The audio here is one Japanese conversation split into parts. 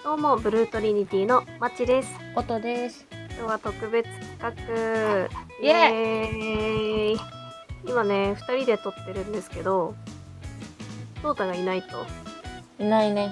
どうもブルートリニティのまちです。 音です。 今日は特別企画イエーイ。今ね2人で撮ってるんですけど、トータがいないと。 いないね。 いないね。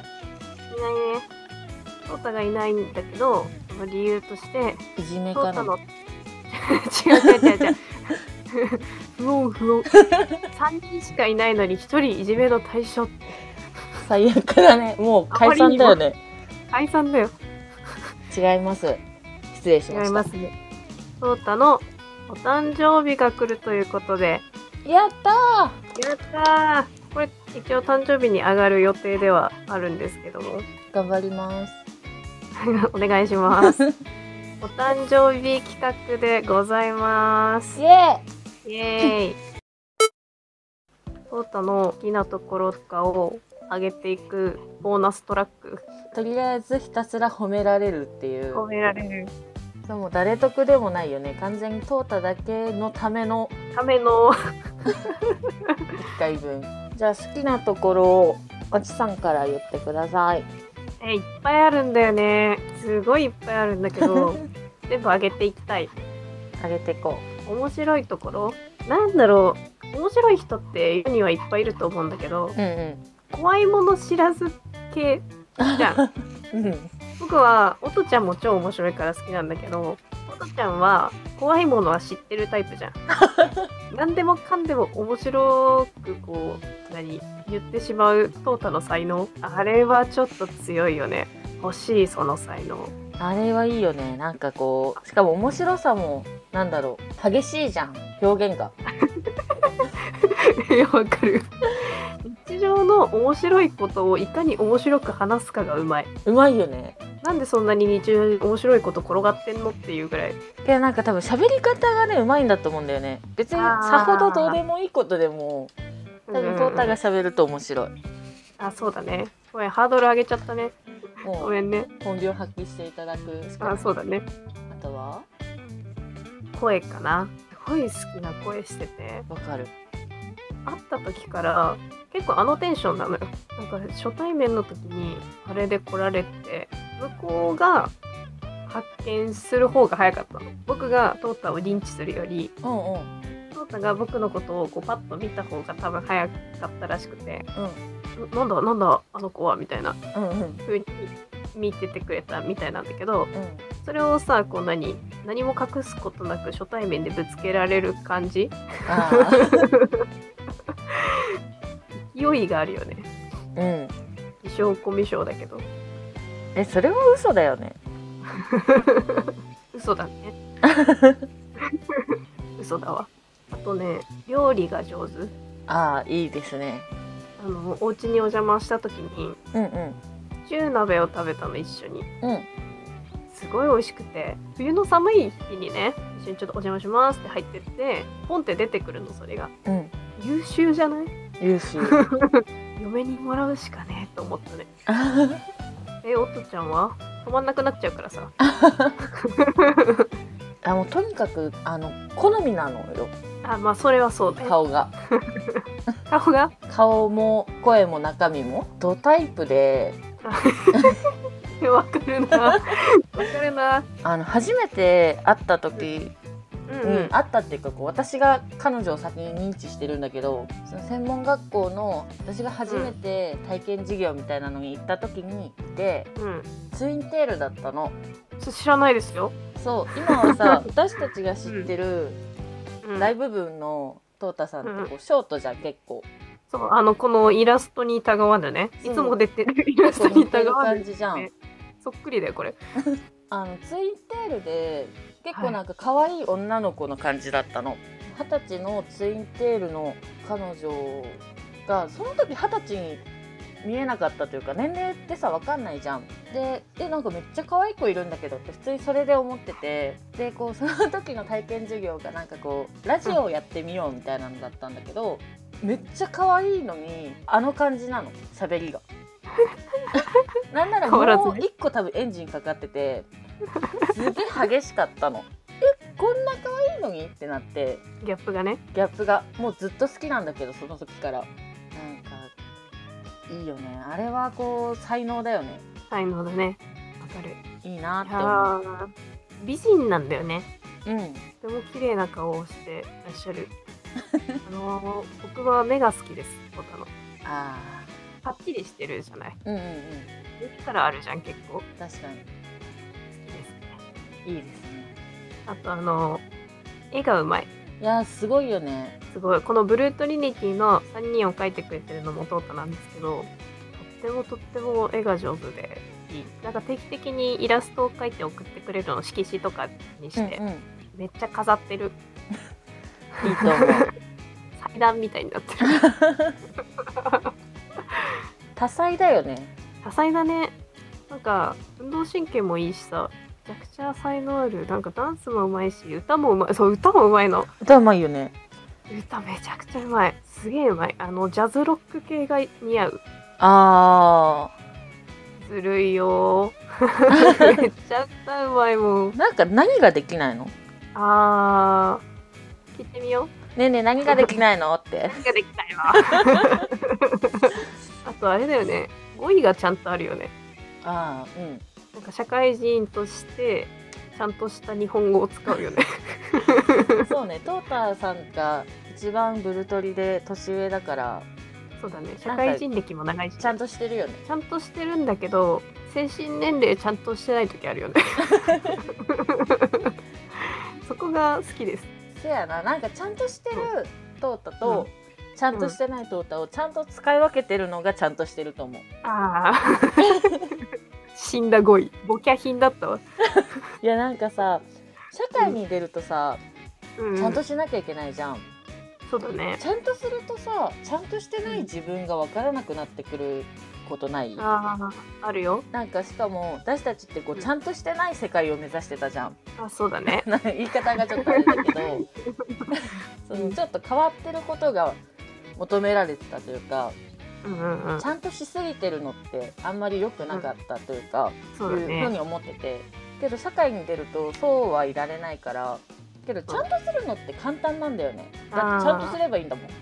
トータがいないんだけど、その理由としていじめかな。 トータの違う不穏3人しかいないのに1人いじめの対象って最悪だね。もう解散だよね。 解散だよ。 違います。失礼しました。 違いますね。トータのお誕生日が来るということで、 やったやったー。これ一応誕生日に上がる予定ではあるんですけども頑張ります。 お願いします。お誕生日企画でございます。 イエイエーイ。トータの好きなところとかを上げていくボーナストラック。 とりあえずひたすら褒められるっていう。 褒められる。 でも誰得でもないよね。完全にトータだけのための 1 回分。じゃあ好きなところをあちさんから言ってください。 いっぱいあるんだよね。すごいいっぱいあるんだけど全部上げていきたい。 あげていこ面白いところなんだろう。面白い人って世にはいっぱいいると思うんだけど、怖いもの知らず系じゃん。僕は音ちゃんも超面白いから好きなんだけど、音ちゃんは怖いものは知ってるタイプじゃん。何でもかんでも面白くこう言ってしまうトータの才能、あれはちょっと強いよね。欲しいその才能。 あれはいいよね。なんかこうしかも面白さもなんだろう、激しいじゃん、表現が。 わかる。日常の面白いことをいかに面白く話すかがうまい。 うまいよね。 なんでそんなに日常に面白いこと転がってんのっていうぐらい。 けどなんか多分喋り方がねうまいんだと思うんだよね。別にさほどどうでもいいことでも多分トータが喋ると面白い。 あ、そうだね。ごめん、ハードル上げちゃったね。ごめんね。 本領発揮していただくしかない。 あ、そうだね。 あとは声かな。すごい好きな声してて。 わかる。 会った時から結構あのテンションなのよ。なんか初対面の時にあれで来られて、向こうが発見する方が早かったの。僕がトータを認知するより、トータが僕のことをこうパッと見た方が多分早かったらしくて、なんだあの子はみたいな風に見ててくれたみたいなんだけど、それをさこう何も隠すことなく初対面でぶつけられる感じ。勢いがあるよね。自称コミュ障だけど。 それは嘘だよね。 嘘だね。嘘だわ。あとね、料理が上手。 いいですね。 お家にお邪魔した時に、中鍋を食べたの一緒に。すごい美味しくて、冬の寒い日にね、一緒にちょっとお邪魔しますって入ってって、ポンって出てくるの、それが。優秀じゃない？優秀。嫁にもらうしかねえと思ったね。おとちゃんは止まんなくなっちゃうからさ。 もうとにかく好みなのよ。 まあそれはそうだよ。顔が顔も声も中身もドタイプで。 わかるな。 初めて会った時、会ったっていうか私が彼女を先に認知してるんだけど、その専門学校の私が初めて体験授業みたいなのに行った時にいて、ツインテールだったの。 知らないですよ。 そう今はさ私たちが知ってる大部分のトータさんってショートじゃん結構。 そうこのイラストにたがわぬね、いつも出てるイラストにたがわぬ感じじゃん。そっくりだよこれ。 ツインテールで結構なんか可愛い女の子の感じだったの。20歳のツインテールの彼女がその時20歳に見えなかったというか、年齢ってさ分かんないじゃん。でなんかめっちゃ可愛い子いるんだけどって普通にそれで思ってて、でその時の体験授業がなんかラジオをやってみようみたいなのだったんだけど、めっちゃ可愛いのに感じなの喋りが。なんならもう1個多分エンジンかかっててすげえ激しかったの。こんな可愛いのにってなって、 ギャップがもうずっと好きなんだけど、その時からなんかいいよね。あれは才能だよね。 才能だね。わかる。 いいなっていや思う。 ー美人なんだよね。 うん。 とても綺麗な顔をしてらっしゃる。僕は目が好きです。トータの。 あパッチリしてるじゃない。 あ。うんうんうん。 目からあるじゃん、結構。好確かに。 きですね。 いいですね。 あと絵がうまい。 いやー、すごいよね。 すごい。このブルートリニティの3人を描いてくれてるのもトータなんですけど、とっても絵が上手でいい。なんか定期的にイラストを描いて送ってくれるのを色紙とかにして、 うんうん。 めっちゃ飾ってる。 いいと思う。 祭壇みたいになってる。 多彩だよね。 多彩だね。なんか運動神経もいいしさ、めちゃくちゃ才能ある。なんかダンスもうまいし、歌もうまい。そう、歌もうまいの。 歌うまいよね。 歌めちゃくちゃうまい。すげえうまい。ジャズロック系が似合う。 あずるいよー。めっちゃ歌うまいもん。 ー。なんか何ができないの？ 聞いてみよう。 ねえねえ、何ができないのって。 何ができないわ。あとあれだよね。語彙がちゃんとあるよね。 ああ、うん。 なんか社会人としてちゃんとした日本語を使うよね。 そうね、トータさんが一番ブルトリで年上だからそうだね。社会人歴も長いし、 ちゃんとしてるよね。 ちゃんとしてるんだけど、精神年齢ちゃんとしてない時あるよね。そこが好きです。 せやな、なんかちゃんとしてるトータと、ちゃんとしてないトータをちゃんと使い分けてるのがちゃんとしてると思う。 ああ。死んだ語彙。ボキャ品だったわ。 いや、なんかさ、社会に出るとさ、 うん、 ちゃんとしなきゃいけないじゃん。 そうだね。 ちゃんとするとさ、ちゃんとしてない自分が分からなくなってくることない？ あるよ。 なんかしかも私たちってこうちゃんとしてない世界を目指してたじゃん。 そうだね。 なんか言い方がちょっとあれだけどそのちょっと変わってることが求められてたというか、ちゃんとしすぎてるのってあんまり良くなかったというか、 そうだね。 いうふうに思ってて、けど社会に出るとそうはいられないから、けどちゃんとするのって簡単なんだよね。だってちゃんとすればいいんだもん。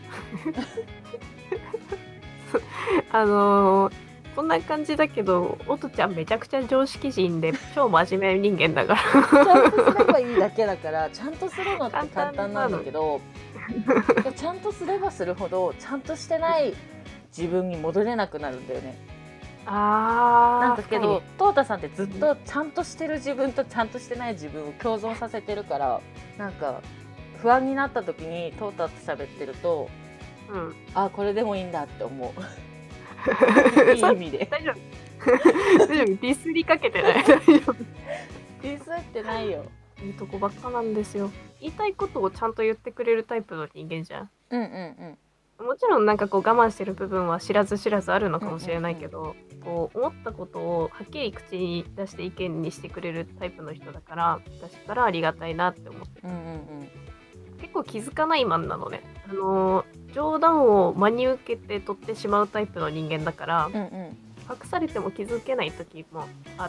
こんな感じだけど、おとちゃんめちゃくちゃ常識人で超真面目人間だからちゃんとすればいいだけだからちゃんとするのって簡単なんだけどちゃんとすればするほどちゃんとしてない自分に戻れなくなるんだよね。なんかけどトータさんってずっとちゃんとしてる自分とちゃんとしてない自分を共存させてるから、なんか不安になった時にトータと喋ってると、あ、これでもいいんだって思う。いい意味で。 大丈夫。ディスりかけてない。大丈夫。 ディスってないよ。 いいとこばっかなんですよ。言いたいことをちゃんと言ってくれるタイプの人間じゃん。もちろんなんかこう我慢してる部分は知らず知らずあるのかもしれないけど、こう思ったことをはっきり口に出して意見にしてくれるタイプの人だから、私からありがたいなって思ってる。結構気づかないマンなのね。冗談を真に受けて取ってしまうタイプの人間だから、隠されても気づけない時もあって、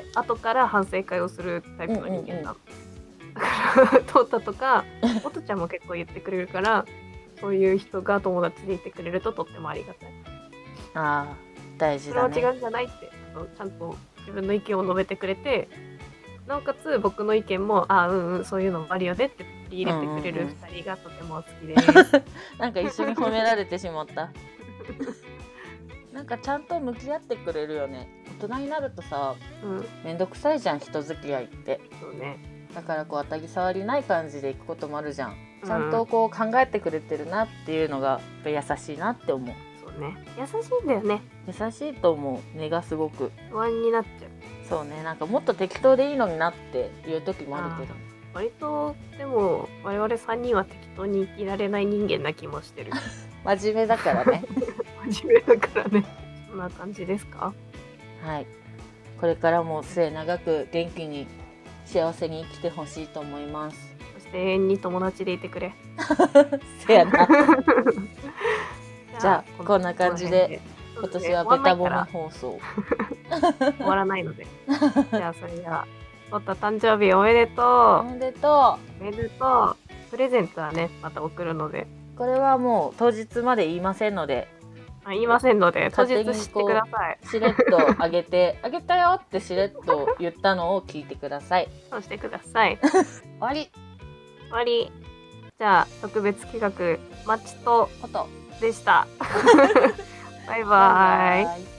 後から反省会をするタイプの人間なの。だからトータとかおとちゃんも結構言ってくれるから、そういう人が友達でいてくれるととってもありがたい。 ああ、大事だね。 それは違うんじゃないってちゃんと自分の意見を述べてくれて、なおかつ僕の意見もそういうのもあるよねって取り入れてくれる2人がとても好きです。 なんか一緒に褒められてしまった。なんかちゃんと向き合ってくれるよね。大人になるとさ、めんどくさいじゃん、人付き合いって。 そうね。 だからこう当たり障りない感じで行くこともあるじゃん。ちゃんとこう考えてくれてるなっていうのが優しいなって思う。 そうね。優しいんだよね。 優しいと思う。根がすごく不安になっちゃう。 そうね。なんかもっと適当でいいのになっていう時もあるけど。 割とでも我々3人は適当に生きられない人間な気もしてる。 真面目だからね。 真面目だからね。そんな感じですか？ はい。これからも末永く元気に幸せに生きてほしいと思います。 そして永遠に友達でいてくれ。 せやな。じゃあこんな感じで今年はベタボメ放送終わらないので。じゃあそれではおった誕生日おめでとう。 おめでとう。おめでとう。プレゼントはねまた送るので。 これはもう当日まで言いませんので。 言いませんので、当日勝手に知ってください。 しれっとあげたよってしれっと言ったのを聞いてください。 そうしてください。 終わり。 終わり。じゃあ、特別企画、マッチとこと。 でした。バイバイ。 バイバイ。